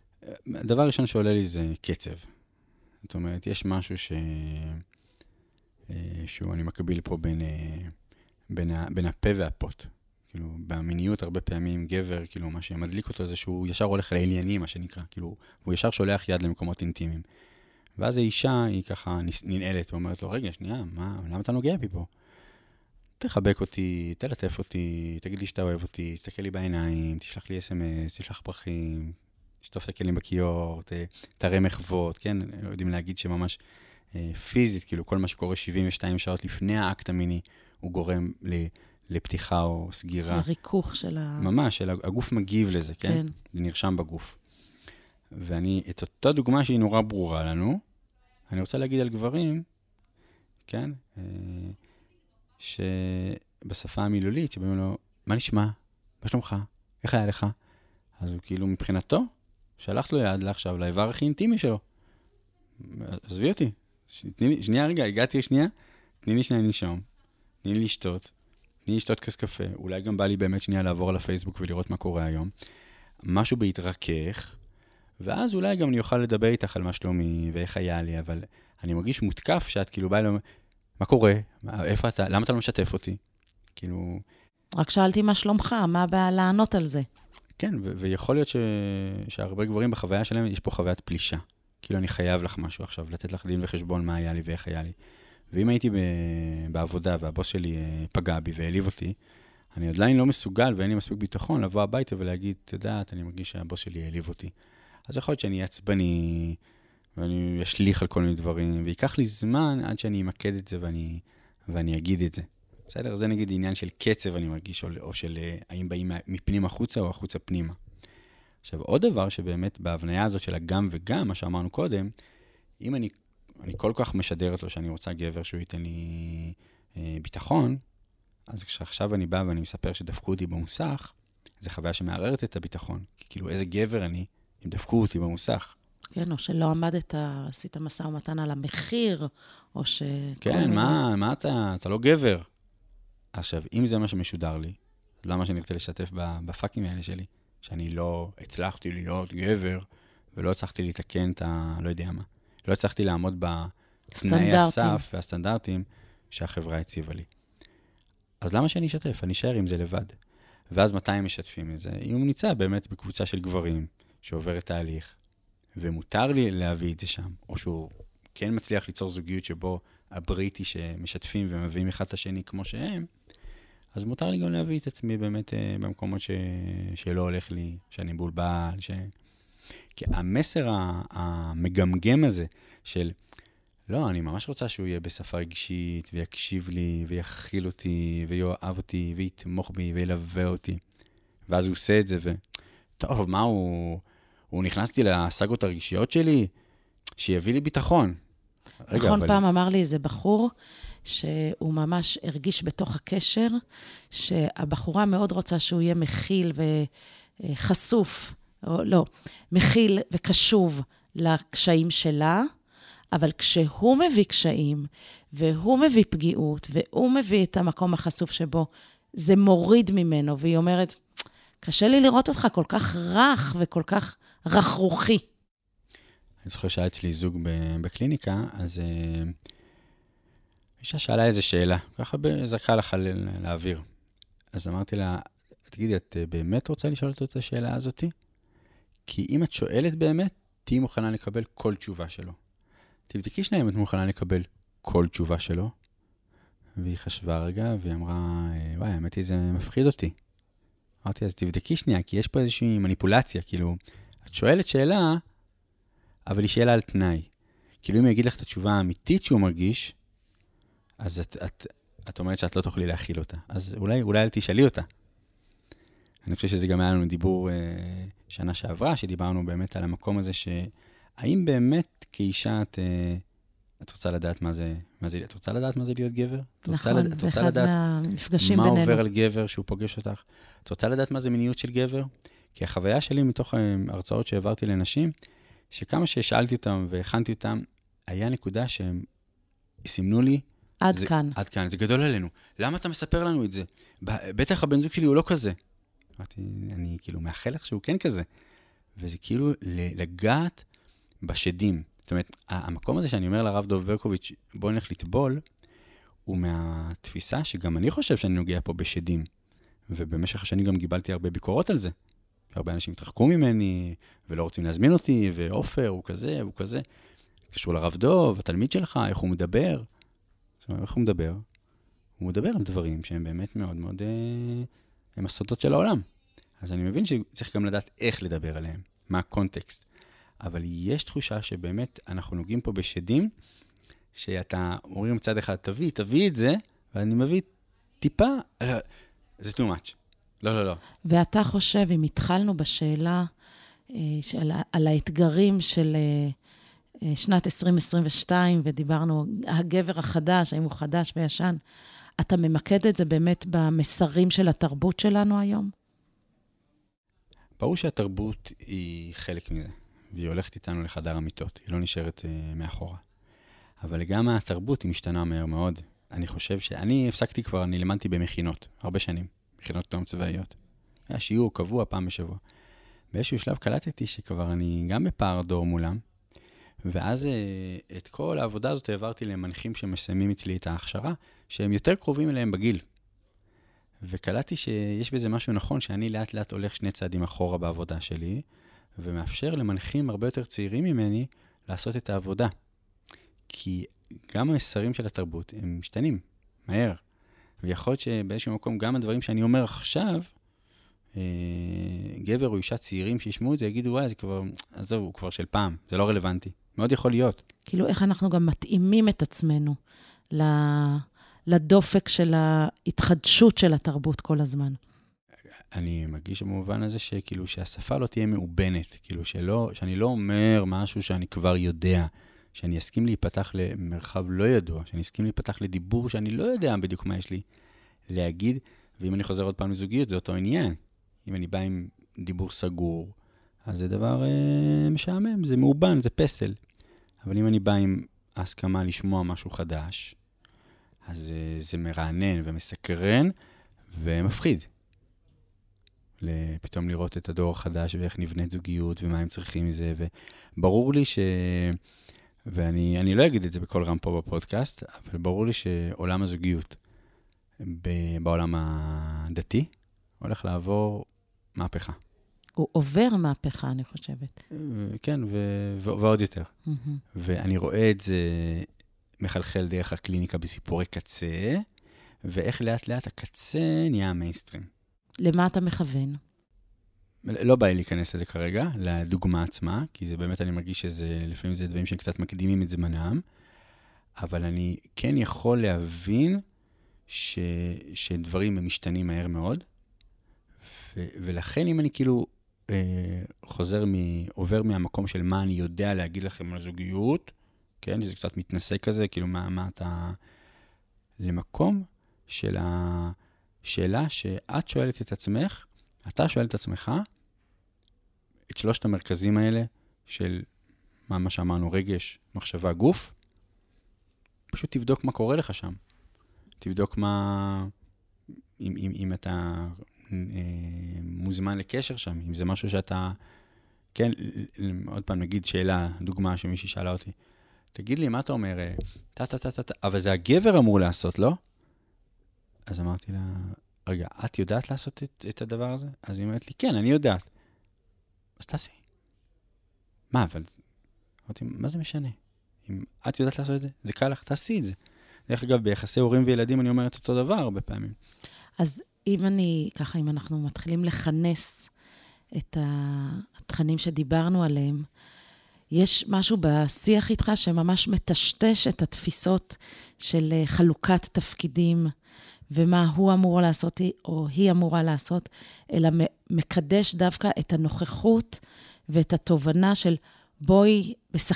Speaker 2: הדבר הראשון שעולה לי זה קצב. זאת אומרת, יש משהו אני מקביל פה בין הפה והפות. כאילו, במיניות הרבה פעמים גבר, כאילו, מה שמדליק אותו זה שהוא ישר הולך לעניינים, מה שנקרא. כאילו, הוא ישר שולח יד למקומות אינטימיים. ואז האישה, היא ככה ננעלת, ואומרת לו, רגע, שנייה, למה אתה נוגע בי פה? תחבק אותי, תלטף אותי, תגיד לי שאתה אוהב אותי, תסתכל לי בעיניים, תשלח לי SMS, תשלח פרחים, תשטוף את הכלים בכיור, תראה מחוות, כן? יודעים להגיד שממש פיזית, כאילו, כל מה שקורה 72 שעות לפני האקט המיני, הוא גורם לפתיחה או סגירה.
Speaker 1: לריכוך של
Speaker 2: ממש, הגוף מגיב לזה, כן? זה נרשם בגוף. את אותה דוגמה שהיא נורא ברורה לנו, אני רוצה להגיד על גברים, כן? שבשפה המילולית, שבאים לו, מה נשמע? מה שלומך? איך היה לך? אז הוא כאילו מבחינתו, שלחת לו יד לעכשיו, לאיבר הכי אינטימי שלו. עזבי אותי. שנייה רגע, הגעתי שנייה, תני לי שנייה לנשום, תני לי לשתות, תני לי לשתות כוס קפה, אולי גם בא לי באמת שנייה לעבור על הפייסבוק ולראות מה קורה היום. משהו בהתרכך, ואז אולי גם אני אוכל לדבר איתך על מה שלומי ואיך היה לי, אבל אני מרגיש מותקף שאת כאילו באה לו, מה קורה? איפה אתה? למה אתה לא משתף אותי? כאילו...
Speaker 1: רק שאלתי מה שלומך, מה הבעיה לענות על זה?
Speaker 2: כן, ויכול להיות שהרבה גברים בחוויה שלהם, יש פה חוויית פלישה. כאילו אני חייב לך משהו עכשיו, לתת לך דין וחשבון מה היה לי ואיך היה לי. ואם הייתי בעבודה והבוס שלי פגע בי והעליב אותי, אני עדיין לא מסוגל ואין לי מספיק ביטחון לבוא הביתה ולהגיד, תדעת, אני מרגיש שהבוס שלי העליב אותי. אז יכול להיות שאני עצבני, ואני אשליך על כל מיני דברים, ויקח לי זמן עד שאני אמקד את זה ואני אגיד את זה. בסדר? זה נגיד עניין של קצב, אני מרגיש, או של האם באים מפנים החוצה או החוצה פנימה. עכשיו, עוד דבר שבאמת בהבניה הזאת של הגם וגם, מה שאמרנו קודם, אם אני כל כך משדרת לו שאני רוצה גבר שהוא ייתן לי ביטחון, אז כשעכשיו אני בא ואני מספר שדפקו אותי במוסך, זו חוויה שמערערת את הביטחון. כי כאילו איזה גבר אני, אם דפקו אותי במוסך.
Speaker 1: כן, או שלא עמדת, עשית משא ומתן על המחיר, או ש...
Speaker 2: כן, מה אתה לא גבר. עכשיו, אם זה מה שמשודר לי, אז למה שאני רוצה לשתף בפאקים האלה שלי? שאני לא הצלחתי להיות גבר, ולא הצלחתי לתקן את לא יודע מה. לא הצלחתי לעמוד בתנאי הסף והסטנדרטים שהחברה הציבה לי. אז למה שאני אשתף? אני אשאר עם זה לבד. ואז מתי הם משתפים את זה? אם הוא נמצא באמת בקבוצה של גברים שעובר את ההליך, ומותר לי להביא את זה שם, או שהוא כן מצליח ליצור זוגיות שבו הבריטי שמשתפים ומביאים אחד את השני כמו שהם, אז מותר לי גם להביא את עצמי באמת במקומות שלא הולך לי, שאני בולבל, כי המסר המגמגם הזה של, לא, אני ממש רוצה שהוא יהיה בשפה רגשית, ויקשיב לי, ויכיל אותי, ויואב אותי, ויתמוך בי, וילווה אותי. ואז הוא עושה את זה, טוב, מה הוא נכנסתי לסגות הרגשיות שלי, שיביא לי ביטחון.
Speaker 1: נכון, פעם אמר לי איזה בחור, שהוא ממש הרגיש בתוך הקשר, שהבחורה מאוד רוצה שהוא יהיה מכיל וחשוף, או לא, מכיל וקשוב לקשיים שלה, אבל כשהוא מביא קשיים, והוא מביא פגיעות, והוא מביא את המקום החשוף שבו, זה מוריד ממנו, והיא אומרת, קשה לי לראות אותך כל כך רך וכל כך רכרוכי.
Speaker 2: אני זוכר שהיה אצלי זוג בקליניקה, אז אישה שאלה איזו שאלה, ככה זרקה לך לאוויר. אז אמרתי לה, תגידי, את באמת רוצה לשאול את השאלה הזאת? כי אם את שואלת באמת, תהי מוכנה לקבל כל תשובה שלו. תבדקי שנייה אם את מוכנה לקבל כל תשובה שלו. והיא חשבה רגע, והיא אמרה, וואי, האמת היא, זה מפחיד אותי. אמרתי, אז תבדקי שנייה, כי יש פה איזושהי מניפולציה, כאילו, את שואלת שאלה, אבל היא שאלה על תנאי. כאילו, אם הוא יגיד לך את התשובה האמיתית שהוא מרגיש, אז את אומרת שאת לא תוכלי להכיל אותה. אז אולי אל תשאלי אותה. אני חושב שזה גם היה לנו דיבור שנה שעברה, שדיברנו באמת על המקום הזה, שהאם באמת כאישה את רוצה לדעת מה זה, את רוצה לדעת מה זה להיות גבר?
Speaker 1: נכון, באחד מהמפגשים
Speaker 2: בינינו.
Speaker 1: בינינו.
Speaker 2: מה עובר על גבר שהוא פוגש אותך? את רוצה לדעת מה זה מיניות של גבר? כי החוויה שלי מתוך הרצאות שהעברתי לנשים, שכמה ששאלתי אותם והכנתי אותם, היה נקודה שהם סימנו לי,
Speaker 1: עד כאן.
Speaker 2: עד כאן, זה גדול עלינו. למה אתה מספר לנו את זה? בטח הבן זוג שלי הוא לא כזה. אמרתי, אני כאילו מאחל לך שהוא כן כזה. וזה כאילו לגעת בשדים. זאת אומרת, המקום הזה שאני אומר לרב דוב ורקוביץ', בוא נלך לטבול, ומהתפיסה שגם אני חושב שאני נוגע פה בשדים. ובמשך השנים גם קיבלתי הרבה ביקורות על זה. הרבה אנשים התרחקו ממני, ולא רוצים להזמין אותי, ואופר, הוא כזה, הוא כזה. קשור לרב דוב, התלמיד שלך, איך הוא מדבר. זאת אומרת, איך הוא מדבר? הוא מדבר על דברים שהם באמת מאוד מאוד, הם הסודות של העולם. אז אני מבין שצריך גם לדעת איך לדבר עליהם, מה הקונטקסט. אבל יש תחושה שבאמת אנחנו נוגעים פה בשדים, שאתה אומרים מצד אחד, תביא את זה, ואני מביא טיפה, זה too much. לא.
Speaker 1: ואתה חושב, אם התחלנו בשאלה על האתגרים של שנת 2022, ודיברנו, הגבר החדש, האם הוא חדש וישן, אתה ממקד את זה באמת במסרים של התרבות שלנו היום?
Speaker 2: ברור שהתרבות היא חלק מזה, והיא הולכת איתנו לחדר המיטות, היא לא נשארת מאחורה. אבל גם התרבות היא משתנה מהר מאוד. אני חושב שאני הפסקתי כבר, אני לימדתי במכינות, הרבה שנים, מכינות תום צבאיות. היה שיעור קבוע פעם בשבוע. באיזשהו שלב קלטתי שכבר אני גם בפער דור מולם, ואז את כל העבודה הזאת העברתי למנחים שמסיימים אצלי את ההכשרה, שהם יותר קרובים אליהם בגיל. וקלטתי שיש בזה משהו נכון, שאני לאט לאט הולך 2 צעדים אחורה בעבודה שלי, ומאפשר למנחים הרבה יותר צעירים ממני לעשות את העבודה. כי גם המסרים של התרבות הם משתנים מהר. ויכול להיות שבאיזשהו מקום גם הדברים שאני אומר עכשיו, גבר או אישה צעירים שישמעו את זה, יגידו, וואי, זה כבר, עזוב, הוא כבר של פעם, זה לא רלוונטי. מאוד יכול להיות.
Speaker 1: כאילו, איך אנחנו גם מתאימים את עצמנו לדופק של ההתחדשות של התרבות כל הזמן.
Speaker 2: אני מרגיש במובן הזה שכאילו שהשפה לא תהיה מאובנת, כאילו שאני לא אומר משהו שאני כבר יודע, שאני אסכים להיפתח למרחב לא ידוע, שאני אסכים להיפתח לדיבור שאני לא יודע בדיוק מה יש לי להגיד, ואם אני חוזר עוד פעם לזוגיות, זה אותו עניין. אם אני בא עם דיבור סגור, אז זה דבר משעמם, זה מאובן, זה פסל. אבל אם אני בא עם ההסכמה לשמוע משהו חדש, אז זה מרענן ומסקרן ומפחיד. פתאום לראות את הדור החדש ואיך נבנית זוגיות ומה הם צריכים מזה, וברור לי ואני לא אגיד את זה בכל רם פה בפודקאסט, אבל ברור לי שעולם הזוגיות בעולם הדתי הולך לעבור מהפכה.
Speaker 1: הוא עובר מהפכה, אני חושבת.
Speaker 2: כן, ועוד יותר. ואני רואה את זה מחלחל דרך הקליניקה בסיפורי קצה, ואיך לאט לאט הקצה נהיה המיינסטרים.
Speaker 1: למה אתה מכוון?
Speaker 2: לא בא לי להיכנס לזה כרגע, לדוגמה עצמה, כי זה באמת, אני מרגיש לפעמים זה דברים שקצת מקדימים את זמנם, אבל אני כן יכול להבין שדברים הם משתנים מהר מאוד, ולכן אם אני כאילו עובר מהמקום של מה אני יודע להגיד לכם על זוגיות, כן, שזה קצת מתנסה כזה, כאילו מה אתה, למקום של השאלה שאת שואלת את עצמך, אתה שואל את עצמך, את 3 המרכזים האלה של מה שאמרנו, רגש, מחשבה, גוף, פשוט תבדוק מה קורה לך שם. תבדוק אם אתה מוזמן לקשר שם, אם זה משהו שאתה, כן, עוד פעם נגיד שאלה, דוגמה שמישהי שאלה אותי, תגיד לי, מה אתה אומר? אבל זה הגבר אמור לעשות, לא? אז אמרתי לה, רגע, את יודעת לעשות את הדבר הזה? אז היא אומרת לי, כן, אני יודעת. אז תעשי. מה, אבל... אמרתי, מה זה משנה? אם את יודעת לעשות את זה, זה קל לך, תעשי את זה. דרך אגב, ביחסי הורים וילדים אני אומר את אותו דבר הרבה פעמים.
Speaker 1: אז אם אנחנו מתחילים לכנס את התכנים שדיברנו עליהם, יש משהו בשיח איתך שממש מטשטש את התפיסות של חלוקת תפקידים, ומה הוא אמור לעשות או היא אמורה לעשות, אלא מקדש דווקא את הנוכחות ואת התובנה של בואי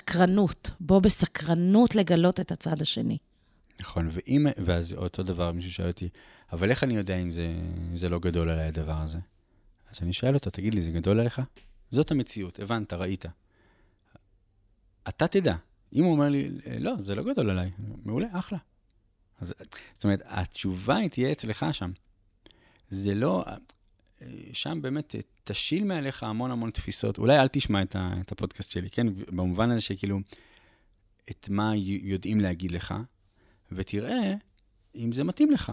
Speaker 1: בסקרנות לגלות את הצד השני.
Speaker 2: נכון, ואז אותו דבר מישהו שואל אותי, אבל איך אני יודע אם זה לא גדול עליי הדבר הזה? אז אני שואל אותו, תגיד לי, זה גדול עליך? זאת המציאות, הבנת, ראית. אתה תדע. אם הוא אומר לי, לא, זה לא גדול עליי, מעולה, אחלה. אז, זאת אומרת, התשובה היא תהיה אצלך שם. זה לא, שם באמת תשיל מעליך המון תפיסות. אולי אל תשמע את הפודקאסט שלי, כן? במובן הזה שכאילו, את מה יודעים להגיד לך, ותראה אם זה מתאים לך.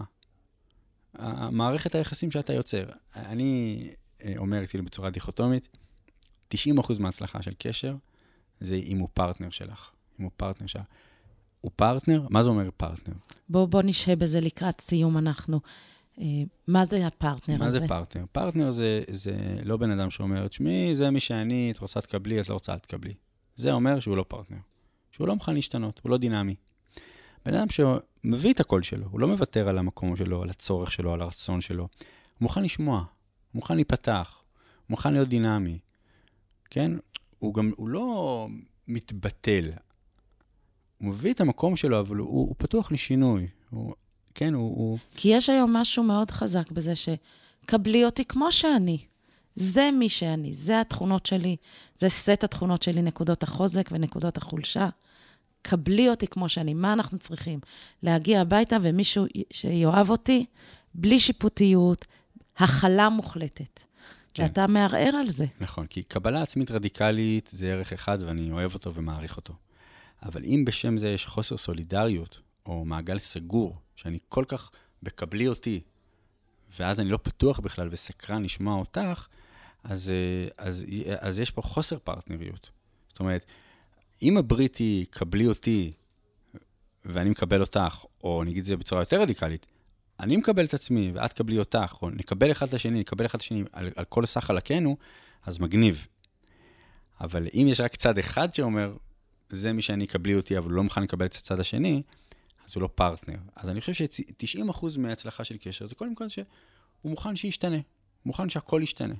Speaker 2: המערכת היחסים שאתה יוצר. אני אומר כאילו בצורה דיכוטומית, 90% מההצלחה של קשר, זה אם הוא פרטנר שלך. אם הוא פרטנר שלך. הוא פרטנר? מה זה אומר פרטנר?
Speaker 1: בוא נשהה בזה לקראת סיום אנחנו. מה זה הפרטנר הזה?
Speaker 2: מה זה פרטנר? פרטנר זה לא בן אדם שאומר, תשמעי, זה מי שאני, את רוצה תקבלי, את לא רוצה תקבלי. זה אומר שהוא לא פרטנר. שהוא לא מוכן להשתנות, הוא לא דינמי. בן אדם שמביא את הקול שלו, הוא לא מוותר על המקום שלו, על הצורך שלו, על הרצון שלו. הוא מוכן לשמוע, הוא מוכן להיפתח, הוא מוכן להיות דינמי. כן? הוא לא מתבטל. הוא מביא את המקום שלו, אבל הוא פתוח לשינוי. כן,
Speaker 1: כי יש היום משהו מאוד חזק בזה שקבלי אותי כמו שאני. זה מי שאני, זה התכונות שלי, זה סט התכונות שלי, נקודות החוזק ונקודות החולשה. קבלי אותי כמו שאני. מה אנחנו צריכים? להגיע הביתה ומישהו שיואב אותי, בלי שיפוטיות, הכלה מוחלטת. כן. ואתה מערער על זה.
Speaker 2: נכון, כי קבלה עצמית רדיקלית זה ערך אחד ואני אוהב אותו ומעריך אותו. אבל אם בשם זה יש חוסר סולידריות, או מעגל סגור, שאני כל כך בקבלי אותי, ואז אני לא פתוח בכלל וסקרן לשמוע אותך, אז יש פה חוסר פרטנריות. זאת אומרת, אם הברית היא קבלי אותי, ואני מקבל אותך, או נגיד זה בצורה יותר רדיקלית, אני מקבל את עצמי, ואת קבלי אותך, או נקבל אחד את השני, נקבל אחד את השני על כל סך חלקנו, אז מגניב. אבל אם יש רק צד אחד שאומר, זה מי שאני קבלי אותי, אבל הוא לא מוכן לקבל את הצד השני, אז הוא לא פרטנר. אז אני חושב ש90% מההצלחה של קשר, זה קודם כל שהוא מוכן שישתנה. הוא מוכן שהכל ישתנה.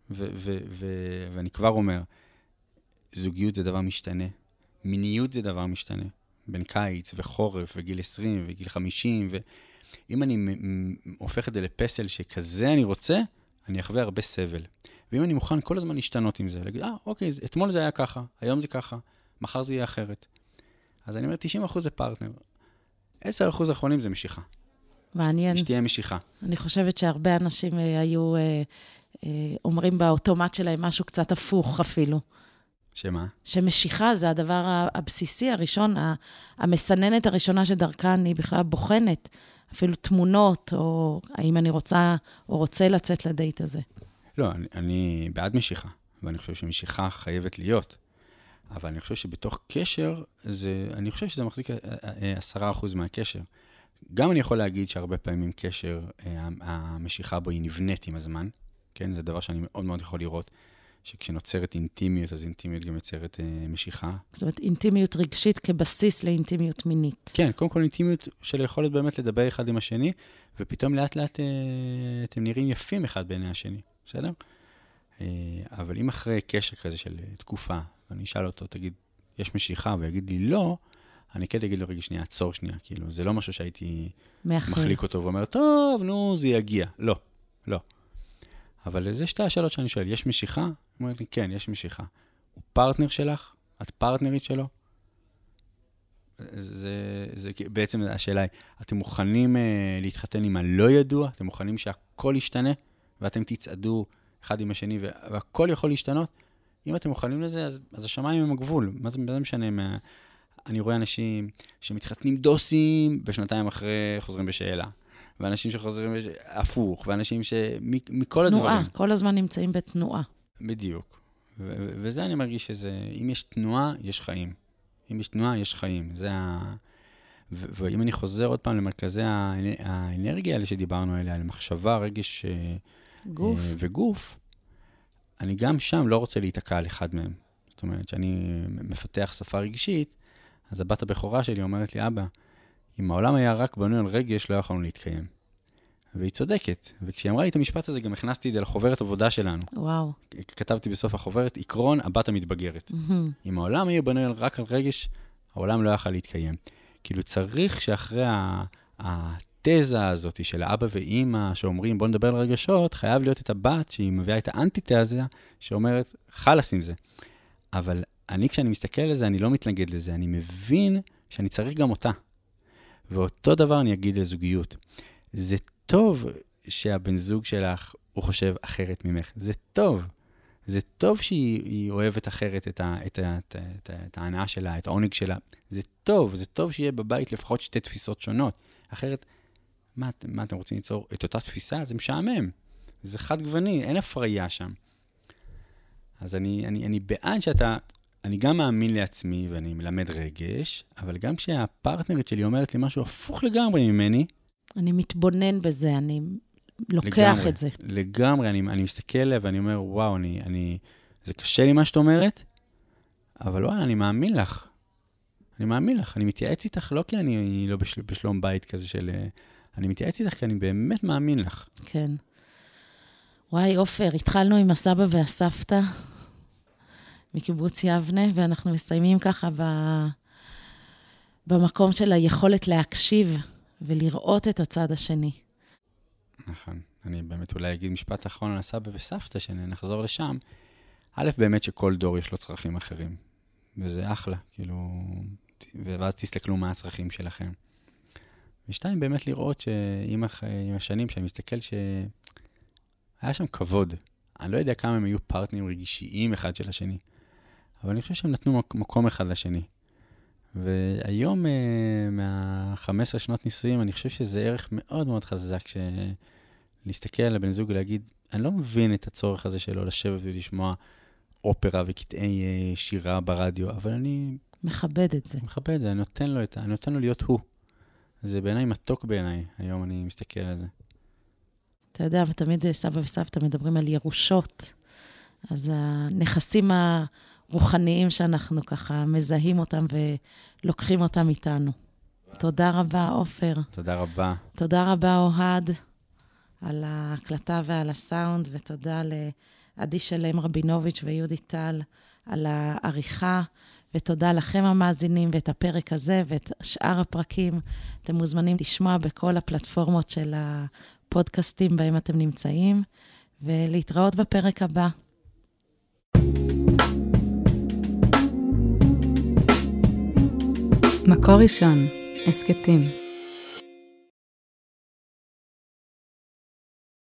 Speaker 2: ואני כבר אומר, זוגיות זה דבר משתנה. מיניות זה דבר משתנה. בין קיץ וחורף וגיל 20 וגיל 50. ואם אני הופך את זה לפסל שכזה אני רוצה, אני אחווה הרבה סבל. ואם אני מוכן כל הזמן להשתנות עם זה, להגיד, אוקיי, אתמול זה היה ככה, היום זה ככה, מחר זה יהיה אחרת. אז אני אומר, 90% זה פרטנר. 10% האחרונים זה משיכה.
Speaker 1: מעניין.
Speaker 2: שתהיה משיכה.
Speaker 1: אני חושבת שהרבה אנשים היו אומרים באוטומט שלהם משהו קצת הפוך אפילו.
Speaker 2: שמה?
Speaker 1: שמשיכה זה הדבר הבסיסי הראשון, המסננת הראשונה שדרכה אני בכלל בוחנת, אפילו תמונות, או האם אני רוצה או רוצה לצאת לדייט הזה.
Speaker 2: לא, אני בעד משיכה, ואני חושב שמשיכה חייבת להיות. אבל אני חושב שבתוך קשר, אני חושב שזה מחזיק 10% מהקשר. גם אני יכול להגיד שהרבה פעמים קשר, המשיכה בו היא נבנית עם הזמן. כן? זה דבר שאני מאוד מאוד יכול לראות, שכשנוצרת אינטימיות, אז אינטימיות גם יוצרת משיכה.
Speaker 1: זאת אומרת, אינטימיות רגשית כבסיס לאינטימיות מינית.
Speaker 2: כן, קודם כל אינטימיות של יכולת באמת לדבר אחד עם השני, ופתאום לאט לאט אתם נראים יפים אחד בעיני השני. בסדר? אבל אם אחרי קשר כזה של תקופה, ואני אשאל אותו, תגיד, יש משיכה, ויגיד לי לא, אני כן אגיד לו, רגע שנייה, עצור שנייה, כאילו, זה לא משהו שהייתי מחליק אותו, ואומר, טוב, נו, זה יגיע. לא, לא. אבל זה שתי השאלות שאני שואל, יש משיכה? הוא אומר לי, כן, יש משיכה. הוא פרטנר שלך? את פרטנרית שלו? זה בעצם השאלה היא, אתם מוכנים להתחתן עם הלא ידוע? אתם מוכנים שהכל ישתנה? ואתם תצעדו אחד עם השני, והכל יכול להשתנות? אם אתם מוכנים לזה, אז השמיים הם הגבול. מה זה משנה? אני רואה אנשים שמתחתנים דוסים, בשנתיים אחרי חוזרים בשאלה. ואנשים שחוזרים הפוך, ואנשים מכל הדברים.
Speaker 1: תנועה, כל הזמן נמצאים בתנועה.
Speaker 2: בדיוק. וזה אני מרגיש שזה, אם יש תנועה, יש חיים. אם יש תנועה, יש חיים. ואם אני חוזר עוד פעם למרכזי האנרגיה האלה שדיברנו עליה, למחשבה, רגש וגוף, אני גם שם לא רוצה להתעקע על אחד מהם. זאת אומרת, שאני מפתח שפה רגשית, אז הבת הבכורה שלי אומרת לי, אבא, אם העולם היה רק בנוי על רגש, לא יכולנו להתקיים. והיא צודקת. וכשהיא אמרה לי את המשפט הזה, גם הכנסתי את זה לחוברת עבודה שלנו.
Speaker 1: וואו.
Speaker 2: כתבתי בסוף החוברת, עקרון הבת המתבגרת. אם העולם היה בנוי רק על רגש, העולם לא יכול להתקיים. כאילו צריך שאחרי התזה הזאת של האבא ואמא שאומרים, בוא נדבר על רגשות, חייב להיות את הבת שהיא מביאה את האנטי-תזה, שאומרת, חלס עם זה. אבל כשאני מסתכל על זה, אני לא מתנגד לזה. אני מבין שאני צריך גם אותה. ואותו דבר אני אגיד לזוגיות. זה טוב שהבן זוג שלך הוא חושב אחרת ממך. זה טוב. זה טוב שהיא אוהבת אחרת את ההנאה שלה, את העונג שלה. זה טוב. זה טוב שיהיה בבית לפחות שתי תפיסות שונות. אחרת מה אתם רוצים ליצור? את אותה תפיסה, זה משעמם. זה חד גווני, אין הפריה שם. אז אני בעד אני גם מאמין לעצמי, ואני מלמד רגש, אבל גם כשהפרטנרית שלי אומרת לי משהו הפוך לגמרי ממני,
Speaker 1: אני מתבונן בזה, אני לוקח
Speaker 2: לגמרי,
Speaker 1: את זה.
Speaker 2: לגמרי, אני מסתכל עליה ואני אומר, וואו, זה קשה לי מה שאת אומרת, אבל וואלה, אני מאמין לך. אני מתייעץ איתך, לא כי אני לא בשלום בית כזה אני מתייעץ איתך כי אני באמת מאמין לך.
Speaker 1: כן. וואי, עופר, התחלנו עם הסבא והסבתא מקיבוץ יבנה, ואנחנו מסיימים ככה במקום של היכולת להקשיב ולראות את הצד השני.
Speaker 2: נכון. אני באמת אולי אגיד משפט אחרון על הסבא וסבתא, שנחזור לשם. א', באמת שכל דור יש לו צרכים אחרים, וזה אחלה, כאילו, ואז תסתכלו מה הצרכים שלכם. ושתיים, באמת לראות שעם השנים, שאני מסתכל שהיה שם כבוד. אני לא יודע כמה הם היו פרטנרים רגישיים אחד של השני, אבל אני חושב שהם נתנו מקום אחד לשני. והיום, מה-15 שנות נישואים, אני חושב שזה ערך מאוד מאוד חזק, להסתכל על הבן זוג ולהגיד, אני לא מבין את הצורך הזה שלו לשבת ולשמוע אופרה וקטעי שירה ברדיו, אבל אני
Speaker 1: מכבד את זה.
Speaker 2: מכבד את זה, אני נותן לו להיות הוא. זה בעיניי מתוק בעיניי, היום אני מסתכל על זה.
Speaker 1: אתה יודע, ותמיד סבא וסבתא מדברים על ירושות, אז הנכסים הרוחניים שאנחנו ככה מזהים אותם ולוקחים אותם איתנו. תודה רבה, עופר.
Speaker 2: תודה רבה.
Speaker 1: תודה רבה, אוהד, על ההקלטה ועל הסאונד, ותודה לעדי שלם רבינוביץ' ויהודי טל על העריכה, ותודה לכם המאזינים, ואת הפרק הזה ואת שאר הפרקים. אתם מוזמנים לשמוע בכל הפלטפורמות של הפודקאסטים בהם אתם נמצאים, ולהתראות בפרק הבא.
Speaker 3: מקור ראשון, הסקטים.